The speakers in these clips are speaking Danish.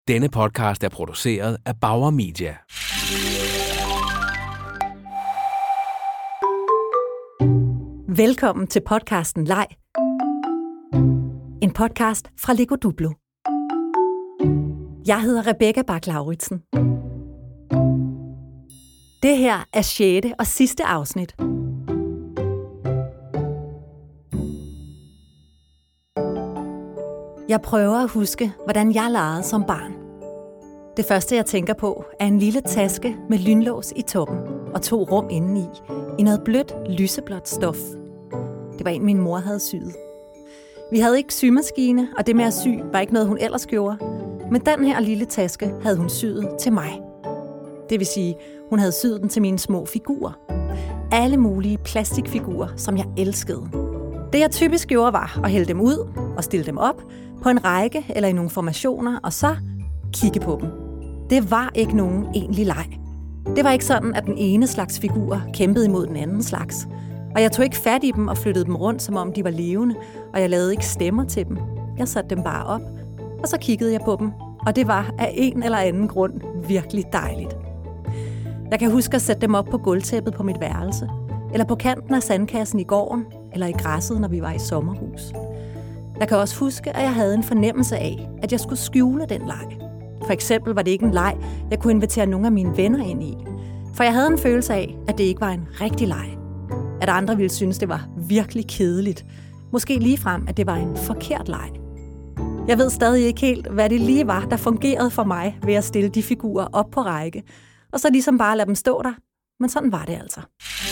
Denne podcast er produceret af Bauer Media. Velkommen til podcasten Leg. En podcast fra Lego Duplo. Jeg hedder Rebecca Bach-Lauritsen. Det her er 6. og sidste afsnit. Jeg prøver at huske, hvordan jeg legede som barn. Det første, jeg tænker på, er en lille taske med lynlås i toppen og 2 rum indeni, i noget blødt, lyseblåt stof. Det var en, min mor havde syet. Vi havde ikke symaskine, og det med at sy var ikke noget, hun ellers gjorde. Men den her lille taske havde hun syet til mig. Det vil sige, hun havde syet den til mine små figurer. Alle mulige plastikfigurer, som jeg elskede. Det jeg typisk gjorde, var at hælde dem ud og stille dem op på en række eller i nogle formationer, og så kigge på dem. Det var ikke nogen egentlig leg. Det var ikke sådan, at den ene slags figur kæmpede imod den anden slags. Og jeg tog ikke fat i dem og flyttede dem rundt, som om de var levende, og jeg lavede ikke stemmer til dem. Jeg satte dem bare op, og så kiggede jeg på dem, og det var af en eller anden grund virkelig dejligt. Jeg kan huske at sætte dem op på gulvtæppet på mit værelse, eller på kanten af sandkassen i gården, eller i græsset, når vi var i sommerhus. Jeg kan også huske, at jeg havde en fornemmelse af, at jeg skulle skjule den leg. For eksempel var det ikke en leg, jeg kunne invitere nogle af mine venner ind i. For jeg havde en følelse af, at det ikke var en rigtig leg. At andre ville synes, det var virkelig kedeligt. Måske ligefrem, at det var en forkert leg. Jeg ved stadig ikke helt, hvad det lige var, der fungerede for mig ved at stille de figurer op på række, og så ligesom bare lade dem stå der. Men sådan var det altså.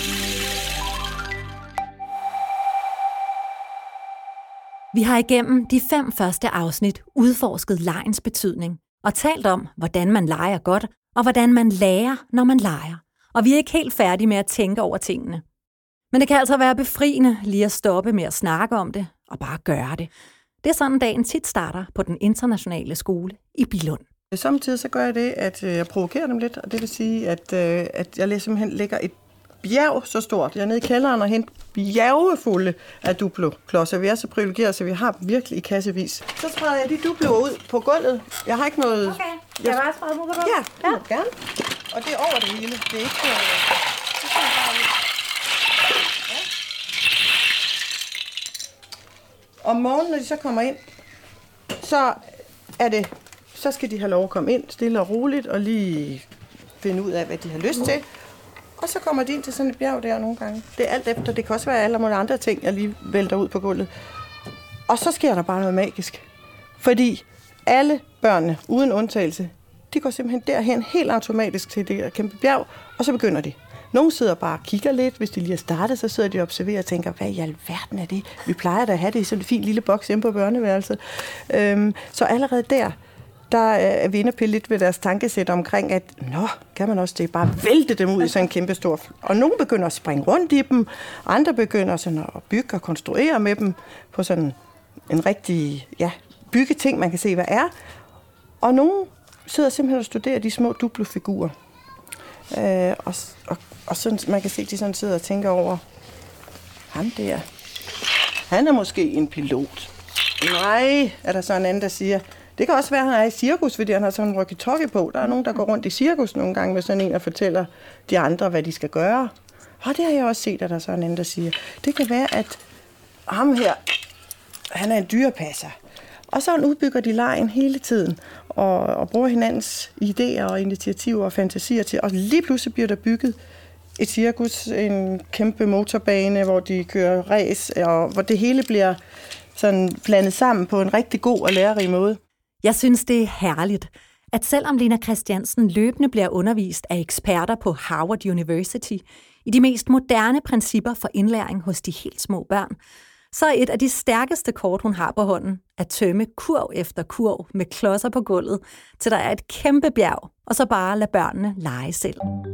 Vi har igennem de 5 første afsnit udforsket legens betydning og talt om, hvordan man leger godt, og hvordan man lærer, når man leger. Og vi er ikke helt færdige med at tænke over tingene. Men det kan altså være befriende lige at stoppe med at snakke om det og bare gøre det. Det er sådan, dagen tit starter på den internationale skole i Billund. Samtidig så gør jeg det, at jeg provokerer dem lidt, og det vil sige, at jeg simpelthen lægger et bjerg så stort. Jeg er nede i kælderen og henter bjergefulde af Duplo-klodser. Vi er så privilegerede, så vi har dem virkelig i kassevis. Så spreder jeg de Duploer ud på gulvet. Jeg har ikke noget... Okay, jeg bare spreder dem ud på gulvet? Ja, gerne. Og det er over det hele. Det er ikke... Så skal jeg bare ud. Ja. Om morgenen, når de så kommer ind, så skal de have lov at komme ind stille og roligt og lige finde ud af, hvad de har lyst til. Og så kommer de ind til sådan et bjerg der nogle gange. Det er alt efter. Det kan også være alle mulige andre ting, jeg lige vælter ud på gulvet. Og så sker der bare noget magisk. Fordi alle børnene, uden undtagelse, de går simpelthen derhen helt automatisk til det her kæmpe bjerg, og så begynder de. Nogle sidder bare og kigger lidt. Hvis de lige er startet, så sidder de og observerer og tænker, hvad i alverden er det? Vi plejer da at have det i sådan en fin lille boks hjemme på børneværelset. Så allerede der er vi inde og pille lidt ved deres tankesæt omkring, at kan man også det, bare vælte dem ud i sådan en kæmpe stor... Og nogle begynder at springe rundt i dem, andre begynder sådan at bygge og konstruere med dem på sådan en rigtig byggeting, man kan se, hvad er. Og nogle sidder simpelthen og studerer de små Duplo-figurer. Og sådan, man kan se, at de sådan sidder og tænker over, ham der, han er måske en pilot. Nej, er der så en anden, der siger... Det kan også være, at han er i cirkus, fordi han har sådan en walkie-talkie på. Der er nogen, der går rundt i cirkus nogle gange med sådan en og fortæller de andre, hvad de skal gøre. Og det har jeg også set, at der er sådan en anden, der siger. Det kan være, at ham her, han er en dyrepasser. Og så udbygger de legen hele tiden og bruger hinandens idéer og initiativer og fantasier til. Og lige pludselig bliver der bygget et cirkus, en kæmpe motorbane, hvor de kører race, og hvor det hele bliver sådan blandet sammen på en rigtig god og lærerig måde. Jeg synes, det er herligt, at selvom Lena Christiansen løbende bliver undervist af eksperter på Harvard University i de mest moderne principper for indlæring hos de helt små børn, så er et af de stærkeste kort, hun har på hånden, at tømme kurv efter kurv med klodser på gulvet, til der er et kæmpe bjerg, og så bare lade børnene lege selv.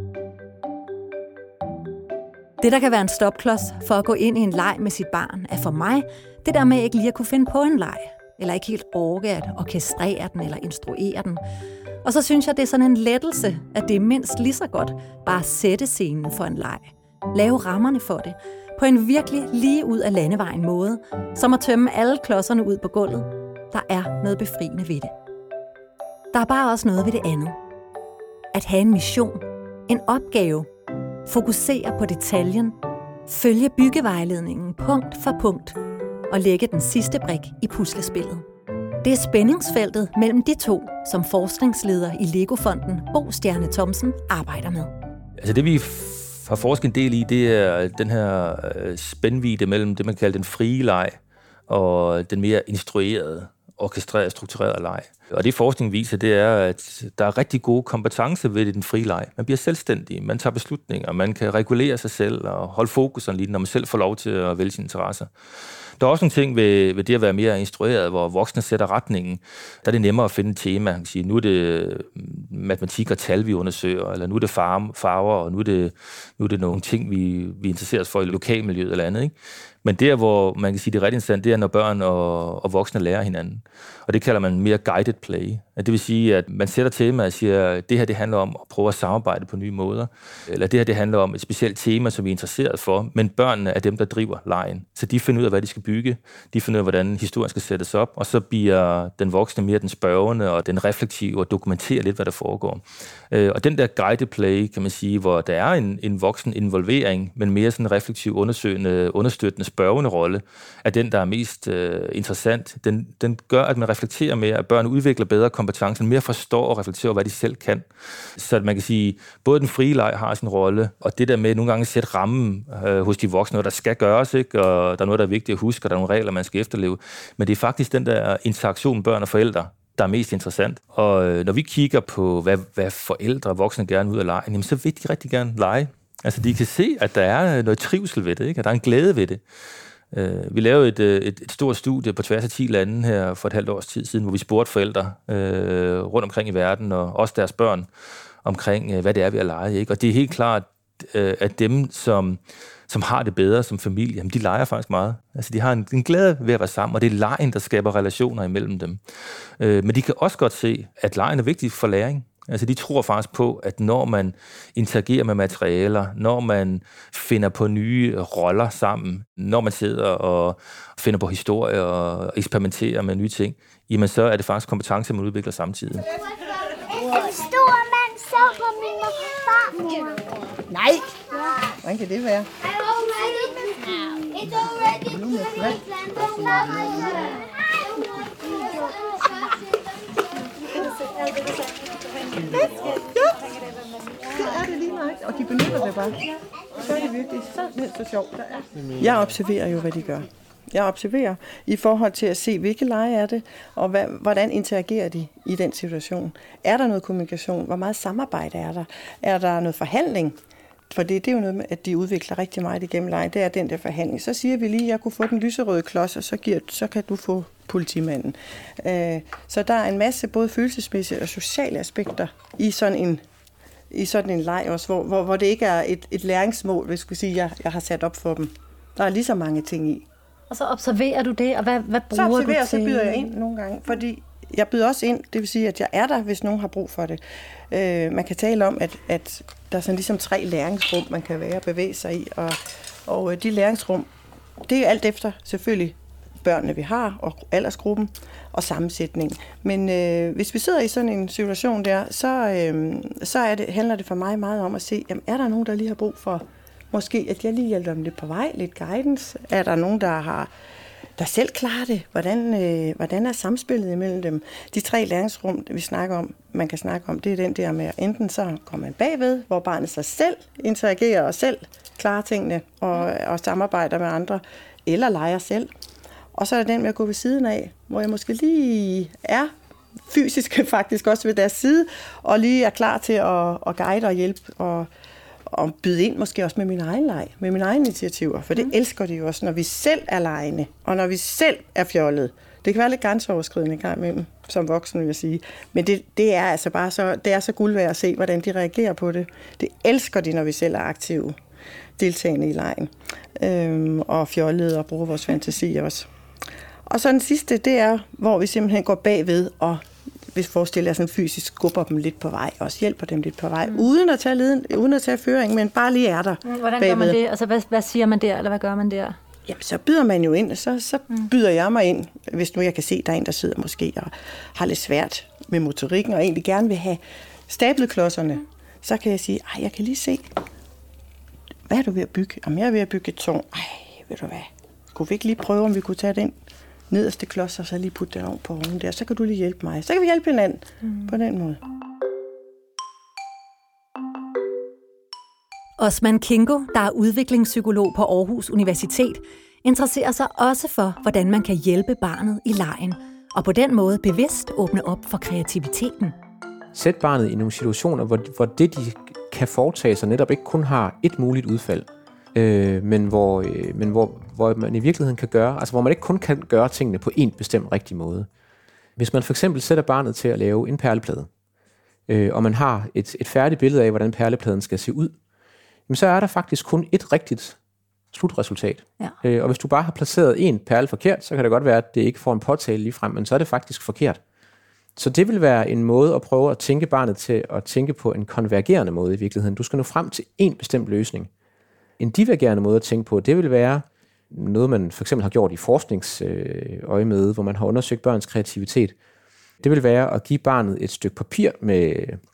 Det, der kan være en stopklods for at gå ind i en leg med sit barn, er for mig det der med ikke lige at kunne finde på en leg, eller ikke helt orke at orkestrere den eller instruere den. Og så synes jeg, det er sådan en lettelse, at det er mindst lige så godt bare at sætte scenen for en leg. Lave rammerne for det, på en virkelig lige ud af landevejen måde, som at tømme alle klodserne ud på gulvet. Der er noget befriende ved det. Der er bare også noget ved det andet. At have en mission, en opgave, fokusere på detaljen, følge byggevejledningen punkt for punkt og lægge den sidste brik i puslespillet. Det er spændingsfeltet mellem de to, som forskningsleder i Lego-fonden Bo Stjerne Thomsen arbejder med. Altså det vi har forsket en del i, det er den her spændvidde mellem det, man kalder den frie leg og den mere instruerede, orkestrerede, strukturerede leg. Og det forskning viser, det er, at der er rigtig gode kompetencer ved den frie leg. Man bliver selvstændig, man tager beslutninger, man kan regulere sig selv og holde fokus og lignende, når man selv får lov til at vælge sine interesser. Der er også nogle ting ved det at være mere instrueret, hvor voksne sætter retningen. Der er det nemmere at finde et tema. Man kan sige, nu er det matematik og tal, vi undersøger, eller nu er det farver, og nu er det nogle ting, vi interesserer os for i lokalmiljøet eller andet. Ikke? Men der, hvor man kan sige, det er ret interessant, det er, når børn og voksne lærer hinanden. Og det kalder man mere guided play. Det vil sige, at man sætter tema og siger, at det her det handler om at prøve at samarbejde på nye måder. Eller det her det handler om et specielt tema, som vi er interesseret for. Men børnene er dem, der driver legen. Så de finder ud af, hvad de skal bygge. De finder ud af, hvordan historien skal sættes op. Og så bliver den voksne mere den spørgende og den reflektive og dokumenterer lidt, hvad der foregår. Og den der guided play, kan man sige, hvor der er en voksen involvering, men mere sådan en reflektiv, understøttende, spørgende rolle, er den, der er mest interessant. Den gør, at man reflekterer mere, at børn udvikler bedre kompetencer, mere forstår og reflekterer, hvad de selv kan. Så at man kan sige, både den frie leg har sin rolle, og det der med nogle gange at sætte rammen hos de voksne, noget der skal gøres, ikke? Og der er noget, der er vigtigt at huske, og der er nogle regler, man skal efterleve. Men det er faktisk den der interaktion børn og forældre, der er mest interessant. Og når vi kigger på, hvad forældre og voksne gerne vil ud af lege, jamen, så vil de rigtig gerne lege. Altså, de kan se, at der er noget trivsel ved det, ikke? At der er en glæde ved det. Vi lavede et stort studie på tværs af 10 lande her for et halvt års tid siden, hvor vi spurgte forældre rundt omkring i verden, og også deres børn, omkring, hvad det er ved at lege. Ikke? Og det er helt klart, at dem, som har det bedre som familie, jamen, de leger faktisk meget. Altså, de har en glæde ved at være sammen, og det er legen, der skaber relationer imellem dem. Men de kan også godt se, at legen er vigtig for læring. Altså, de tror faktisk på, at når man interagerer med materialer, når man finder på nye roller sammen, når man sidder og finder på historie og eksperimenterer med nye ting, jamen så er det faktisk kompetencer, man udvikler samtidig. En stor mand så på min farmor. Nej! Hvordan kan det være? Det er det lige nok. Og de benytter det bare. Så er det virkelig så sjovt, der er. Jeg observerer jo, hvad de gør. Jeg observerer i forhold til at se, hvilke lege er det, og hvordan interagerer de i den situation. Er der noget kommunikation? Hvor meget samarbejde er der? Er der noget forhandling? For det er jo noget med, at de udvikler rigtig meget igennem legen. Det er den der forhandling. Så siger vi lige, at jeg kunne få den lyserøde klods, og så kan du få politimanden. Så der er en masse både følelsesmæssige og sociale aspekter i sådan en leg også, hvor det ikke er et læringsmål, hvis jeg sige, jeg har sat op for dem. Der er lige så mange ting i. Og så observerer du det, og hvad bruger du til? Så observerer, så byder jeg ind nogle gange, fordi jeg byder også ind, det vil sige, at jeg er der, hvis nogen har brug for det. Man kan tale om, at der er sådan ligesom 3 læringsrum, man kan være og bevæge sig i, og de læringsrum, det er alt efter selvfølgelig børnene, vi har, og aldersgruppen og sammensætning. Men hvis vi sidder i sådan en situation der, så handler det for mig meget om at se, jamen, er der nogen, der lige har brug for, måske at jeg lige hjælper dem lidt på vej, lidt guidance? Er der nogen, der selv klarer det? Hvordan er samspillet imellem dem? De 3 læringsrum, man kan snakke om, det er den der med, enten så kommer man bagved, hvor barnet sig selv interagerer og selv klarer tingene og samarbejder med andre, eller leger selv. Og så er der den med at gå ved siden af, hvor jeg måske lige er fysisk faktisk også ved deres side, og lige er klar til at guide og hjælpe og byde ind måske også med min egen leg, med mine egne initiativer, for det elsker de jo også, når vi selv er legende, og når vi selv er fjollet. Det kan være lidt grænseoverskridende en gang imellem, som voksen vil jeg sige, men det er altså bare så guld værd at se, hvordan de reagerer på det. Det elsker de, når vi selv er aktive, deltagende i legen, og fjollede og bruger vores fantasi også. Og så den sidste, det er, hvor vi simpelthen går bagved og hvis forestiller jeg sådan fysisk skubber dem lidt på vej, også hjælper dem lidt på vej, uden at tage føring, men bare lige er der. Hvordan gør man det? Altså, hvad siger man der, eller hvad gør man der? Jamen, så byder man jo ind, og så byder jeg mig ind, hvis nu jeg kan se, der er en, der sidder måske og har lidt svært med motorikken, og egentlig gerne vil have stablet klodserne, så kan jeg sige, jeg kan lige se, hvad er du ved at bygge? Jamen, jeg er ved at bygge et tårn. Ved du hvad? Kunne vi ikke lige prøve, om vi kunne tage den nederste klods, og så lige putte den oven på oven der? Så kan du lige hjælpe mig. Så kan vi hjælpe hinanden på den måde. Osman Kingo, der er udviklingspsykolog på Aarhus Universitet, interesserer sig også for, hvordan man kan hjælpe barnet i legen, og på den måde bevidst åbne op for kreativiteten. Sæt barnet i nogle situationer, hvor det, de kan foretage sig, netop ikke kun har et muligt udfald, men hvor man i virkeligheden kan gøre, altså hvor man ikke kun kan gøre tingene på en bestemt rigtig måde. Hvis man for eksempel sætter barnet til at lave en perleplade, og man har et færdigt billede af, hvordan perlepladen skal se ud, jamen så er der faktisk kun et rigtigt slutresultat. Ja. Og hvis du bare har placeret en perle forkert, så kan det godt være, at det ikke får en påtale lige frem, men så er det faktisk forkert. Så det vil være en måde at prøve at tænke barnet til at tænke på en konvergerende måde i virkeligheden. Du skal nå frem til en bestemt løsning. En divergerende måde at tænke på, det vil være noget, man for eksempel har gjort i forskningsøjemed, hvor man har undersøgt børns kreativitet. Det vil være at give barnet et stykke papir med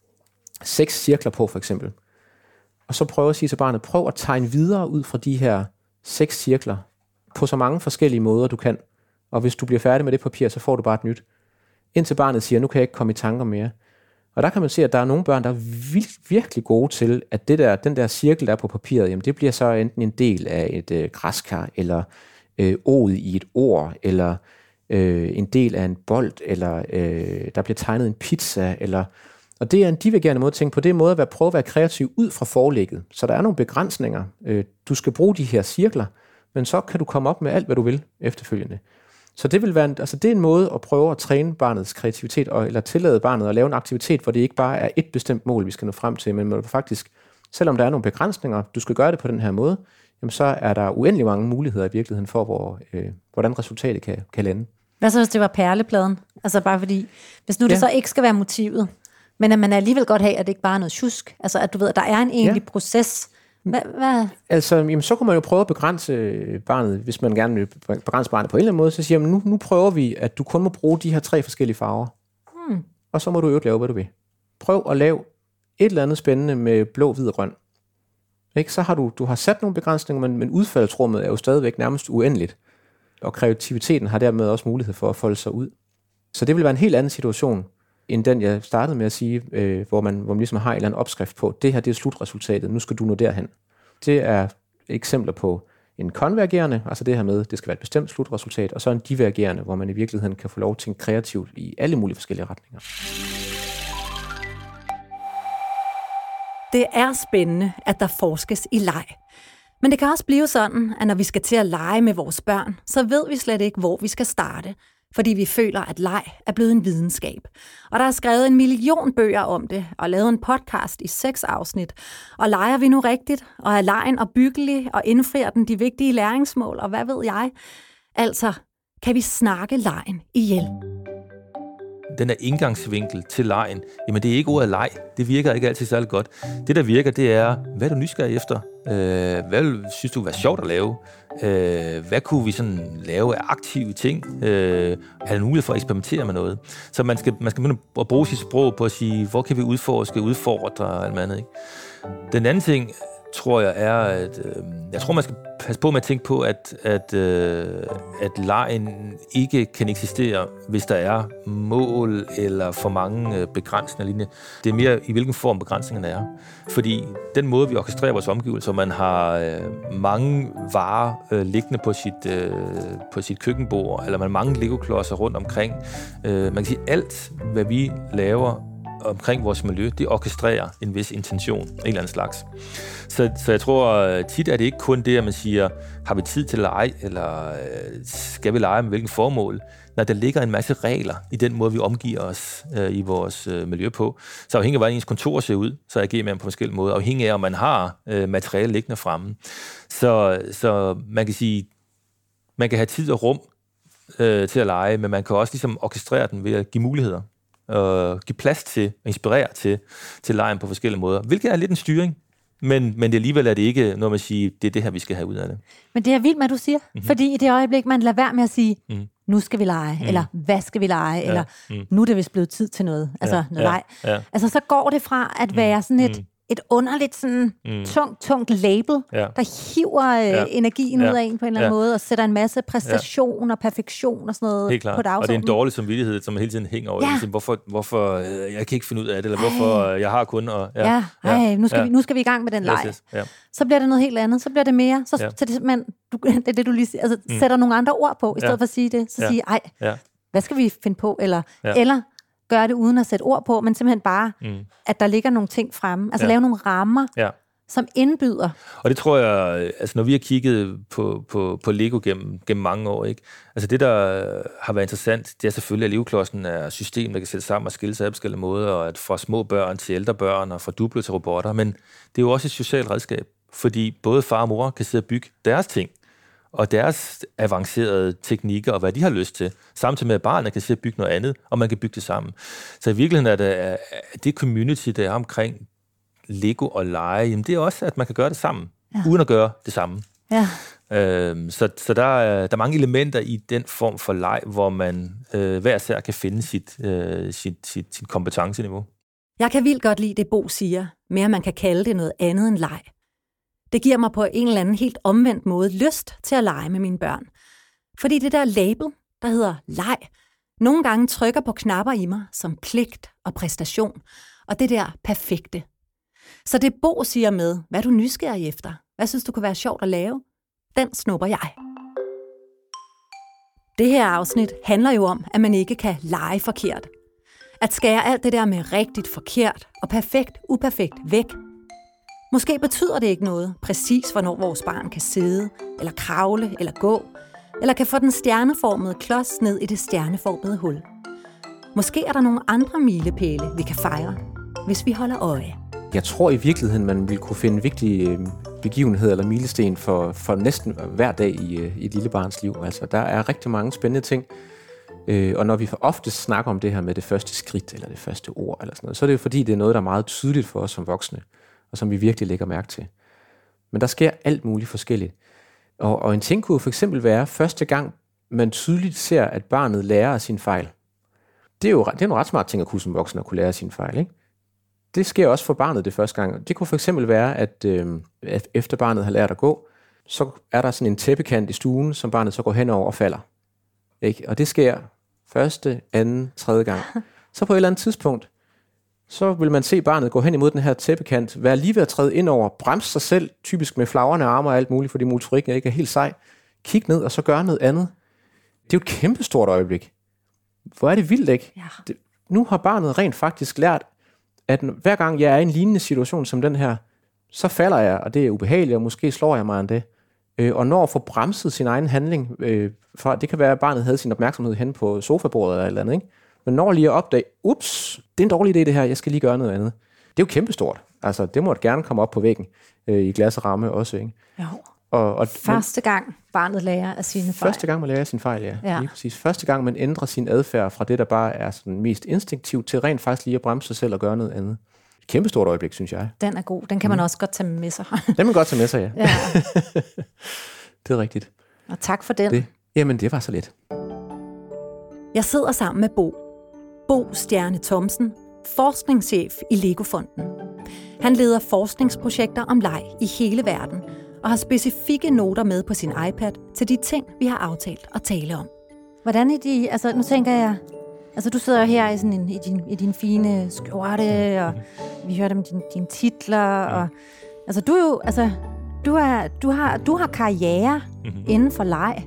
6 cirkler på, for eksempel. Og så prøve at sige til barnet, prøv at tegne videre ud fra de her 6 cirkler på så mange forskellige måder, du kan. Og hvis du bliver færdig med det papir, så får du bare et nyt. Indtil barnet siger, nu kan jeg ikke komme i tanker mere. Og der kan man se, at der er nogle børn, der er virkelig gode til, at den der cirkel, der er på papiret, jamen det bliver så enten en del af et græskar, eller ord i et ord, eller en del af en bold, eller der bliver tegnet en pizza, og det er en divergerende måde at tænke på. Det er en måde at prøve at være kreativ ud fra forlægget. Så der er nogle begrænsninger. Du skal bruge de her cirkler, men så kan du komme op med alt, hvad du vil efterfølgende. Så det vil være det er en måde at prøve at træne barnets kreativitet, eller tillade barnet at lave en aktivitet, hvor det ikke bare er et bestemt mål, vi skal nå frem til, men hvor faktisk, selvom der er nogle begrænsninger, du skal gøre det på den her måde, jamen så er der uendelig mange muligheder i virkeligheden for, hvordan resultatet kan lande. Hvad så, hvis det var perlepladen? Altså bare fordi, hvis nu det så ikke skal være motivet, men at man alligevel godt have, at det ikke bare er noget tjusk. Altså at du ved, at der er en egentlig proces. Hvad? Altså, jamen, så kunne man jo prøve at begrænse barnet, hvis man gerne vil begrænse barnet på en eller anden måde, så siger man, nu prøver vi, at du kun må bruge de her 3 forskellige farver. Og så må du jo lave, hvad du vil. Prøv at lave et eller andet spændende med blå, hvid og grøn. Ikke? Så har du har sat nogle begrænsninger, men udfaldsrummet er jo stadigvæk nærmest uendeligt. Og kreativiteten har dermed også mulighed for at folde sig ud. Så det vil være en helt anden situation, end den, jeg startede med at sige, hvor man ligesom har en eller anden opskrift på, det her, det er slutresultatet, nu skal du nå derhen. Det er eksempler på en konvergerende, altså det her med, det skal være et bestemt slutresultat, og så en divergerende, hvor man i virkeligheden kan få lov til at tænke kreativt i alle mulige forskellige retninger. Det er spændende, at der forskes i leg. Men det kan også blive sådan, at når vi skal til at lege med vores børn, så ved vi slet ikke, hvor vi skal starte, fordi vi føler, at leg er blevet en videnskab. Og der er skrevet 1 million bøger om det, og lavet en podcast i 6 afsnit. Og leger vi nu rigtigt, og er legen opbyggelig, og indfrier den de vigtige læringsmål, og hvad ved jeg? Altså, kan vi snakke legen ihjel? Den her indgangsvinkel til legen, jamen det er ikke ordet leg. Det virker ikke altid særlig godt. Det, der virker, det er, hvad er du nysgerrig efter? Hvad synes du vil være sjovt at lave? Hvad kunne vi sådan lave af aktive ting? Er der mulighed for at eksperimentere med noget? Så man skal begynde at bruge sit sprog på at sige, hvor kan vi udfordre og alt andet, ikke? Den anden ting, tror jeg, er, at jeg tror, man skal passe på med at tænke på, at legen ikke kan eksistere, hvis der er mål eller for mange begrænsninger lignende. Det er mere, i hvilken form begrænsningerne er. Fordi den måde, vi orkestrerer vores omgivelser, man har mange varer liggende på sit køkkenbord, eller man har mange legoklodser rundt omkring. Man kan sige, alt, hvad vi laver omkring vores miljø, det orkestrerer en vis intention, en eller anden slags. Så jeg tror, tit er det ikke kun det, at man siger, har vi tid til at lege, eller skal vi lege med hvilken formål? Når der ligger en masse regler i den måde, vi omgiver os i vores miljø på. Så afhængig af, hvordan ens kontor ser ud, så agerer man på forskellige måder, afhængig af, om man har materiale liggende fremme. Så man kan sige, man kan have tid og rum til at lege, men man kan også ligesom orkestrere den ved at give muligheder. Give plads til, inspirere til legen på forskellige måder. Hvilket er lidt en styring, men det alligevel er det ikke noget, man siger, det er det her, vi skal have ud af det. Men det er vildt, hvad du siger. Fordi i det øjeblik, man lader være med at sige, nu skal vi lege, eller hvad skal vi lege, eller nu er det vist blevet tid til noget, altså noget leg. Ja. Altså så går det fra at være sådan et underligt sådan tungt label, der hiver energien ud af en på en eller anden måde, og sætter en masse præstation og perfektion og sådan noget helt klart. på dagsordenen. Og det er en dårlig samvittighed, som hele tiden hænger over. Ja. Hvorfor jeg kan ikke finde ud af det, eller hvorfor jeg har kun... Og, nu skal vi i gang med den leg. Yes. Ja. Så bliver det noget helt andet, så bliver det mere, så det simpelthen, det er det, du lige siger, altså sætter nogle andre ord på, i stedet for at sige det, så sige, hvad skal vi finde på, eller gøre det uden at sætte ord på, men simpelthen bare, at der ligger nogle ting fremme. Altså lave nogle rammer, som indbyder. Og det tror jeg, altså når vi har kigget på Lego gennem mange år, ikke? Altså det, der har været interessant, det er selvfølgelig, at Lego-klodsen er et system, der kan sætte sammen og skille sig af forskellige måder, og at fra små børn til ældre børn, og fra duble til robotter, men det er jo også et socialt redskab, fordi både far og mor kan sidde og bygge deres ting, og deres avancerede teknikker, og hvad de har lyst til, samtidig med, at barnet kan sidde og bygge noget andet, og man kan bygge det sammen. Så i virkeligheden er det community, der er omkring Lego og lege, jamen det er også, at man kan gøre det sammen, uden at gøre det samme. Ja. Så der er mange elementer i den form for leg, hvor man hver især kan finde sit kompetenceniveau. Jeg kan vildt godt lide det, Bo siger, med at man kan kalde det noget andet end leg. Det giver mig på en eller anden helt omvendt måde lyst til at lege med mine børn. Fordi det der label, der hedder leg, nogle gange trykker på knapper i mig, som pligt og præstation, og det der perfekte. Så det Bo siger med, hvad er du nysgerrig efter? Hvad synes du kunne være sjovt at lave? Den snupper jeg. Det her afsnit handler jo om, at man ikke kan lege forkert. At skære alt det der med rigtigt forkert og perfekt uperfekt væk. Måske betyder det ikke noget præcis, hvornår vores barn kan sidde, eller kravle, eller gå, eller kan få den stjerneformede klods ned i det stjerneformede hul. Måske er der nogle andre milepæle, vi kan fejre, hvis vi holder øje. Jeg tror i virkeligheden, man vil kunne finde vigtige begivenheder eller milesten for næsten hver dag i et lille barns liv. Altså, der er rigtig mange spændende ting. Og når vi ofte snakker om det her med det første skridt, eller det første ord, eller sådan noget, så er det jo fordi, det er noget, der er meget tydeligt for os som voksne, og som vi virkelig lægger mærke til. Men der sker alt muligt forskelligt. Og en ting kunne for eksempel være, første gang man tydeligt ser, at barnet lærer af sin fejl. Det er jo en ret smart ting at kunne som voksen at kunne lære af sin fejl, ikke? Det sker også for barnet det første gang. Det kunne for eksempel være, at efter barnet har lært at gå, så er der sådan en tæppekant i stuen, som barnet så går hen over og falder. Ikke? Og det sker første, anden, tredje gang. Så på et eller andet tidspunkt, så vil man se barnet gå hen imod den her tæppekant, være lige ved at træde ind over, bremse sig selv, typisk med flagrende arme og alt muligt, fordi motorikken ikke er helt sej. Kig ned og så gøre noget andet. Det er jo et kæmpestort øjeblik. Hvor er det vildt, ikke? Ja. Nu har barnet rent faktisk lært, at hver gang jeg er i en lignende situation som den her, så falder jeg, og det er ubehageligt, og måske slår jeg mig end det. Og når at få bremset sin egen handling, det kan være, at barnet havde sin opmærksomhed hen på sofabordet eller et eller andet, ikke? Men når lige at opdage, ups, det er en dårlig idé det her, jeg skal lige gøre noget andet. Det er jo kæmpestort. Altså, det må gerne komme op på væggen i glas og ramme også, ikke? Jo. Og første gang barnet lærer af sine fejl. Første gang man lærer af sin fejl, ja. Lige præcis. Første gang man ændrer sin adfærd fra det, der bare er sådan mest instinktivt, til rent faktisk lige at bremse sig selv og gøre noget andet. Et kæmpestort øjeblik, synes jeg. Den er god. Den kan man også godt tage med sig. Den kan man godt tage med sig, ja. Det er rigtigt. Og tak for den. Jamen, det var så lidt. Jeg sidder sammen med Bo Stjerne Thomsen, forskningschef i Lego-fonden. Han leder forskningsprojekter om leg i hele verden, og har specifikke noter med på sin iPad til de ting, vi har aftalt at tale om. Hvordan er de, altså nu tænker jeg, altså du sidder her i, sådan i din fine skjorte, og vi hørte om dine titler, og altså du er jo, altså du har karriere inden for leg.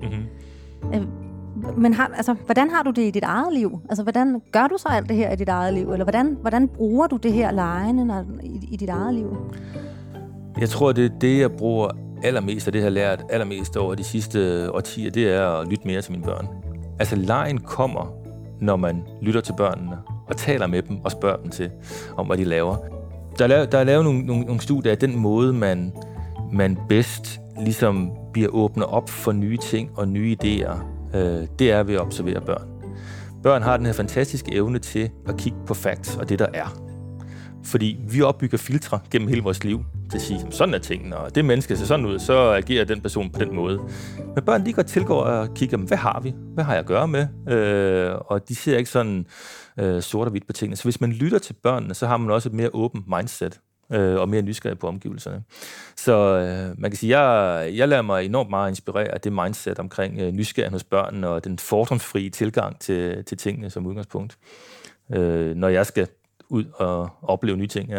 Men hvordan har du det i dit eget liv? Altså, hvordan gør du så alt det her i dit eget liv? Eller hvordan bruger du det her legende i dit eget liv? Jeg tror, det er det, jeg bruger allermest, og det har jeg lært allermest over de sidste årtier, det er at lytte mere til mine børn. Altså, legen kommer, når man lytter til børnene, og taler med dem og spørger dem til, om hvad de laver. Der er lavet nogle studier af den måde, man bedst ligesom bliver åbnet op for nye ting og nye idéer. Det er ved at observere børn. Børn har den her fantastiske evne til at kigge på facts og det, der er. Fordi vi opbygger filtre gennem hele vores liv at sige, sådan er tingene, og det menneske ser sådan ud, så agerer den person på den måde. Men børn, de går tilgår og kigger, hvad har vi? Hvad har jeg at gøre med? Og de ser ikke sådan sort og hvidt på tingene. Så hvis man lytter til børnene, så har man også et mere åbent mindset og mere nysgerrig på omgivelserne. Så man kan sige, jeg lader mig enormt meget inspirere af det mindset omkring nysgerrighed hos børnene og den fordomsfrie tilgang til tingene som udgangspunkt, når jeg skal ud og opleve nye ting, ja.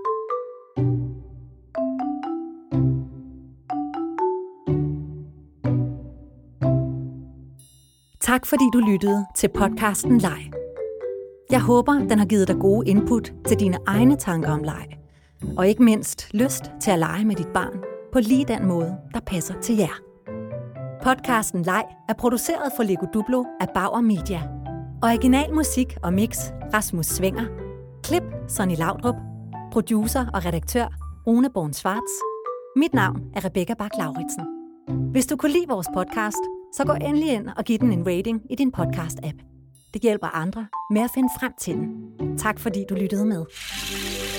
Tak fordi du lyttede til podcasten Leg. Jeg håber, den har givet dig gode input til dine egne tanker om leg. Og ikke mindst lyst til at lege med dit barn på lige den måde, der passer til jer. Podcasten Leg er produceret for Lego Duplo af Bauer Media. Original musik og mix Rasmus Svinger. Klip Sonny Laudrup. Producer og redaktør Rune Born Schwartz. Mit navn er Rebecca Bach-Lauritsen. Hvis du kunne lide vores podcast, så gå endelig ind og giv den en rating i din podcast-app. Det hjælper andre med at finde frem til den. Tak fordi du lyttede med.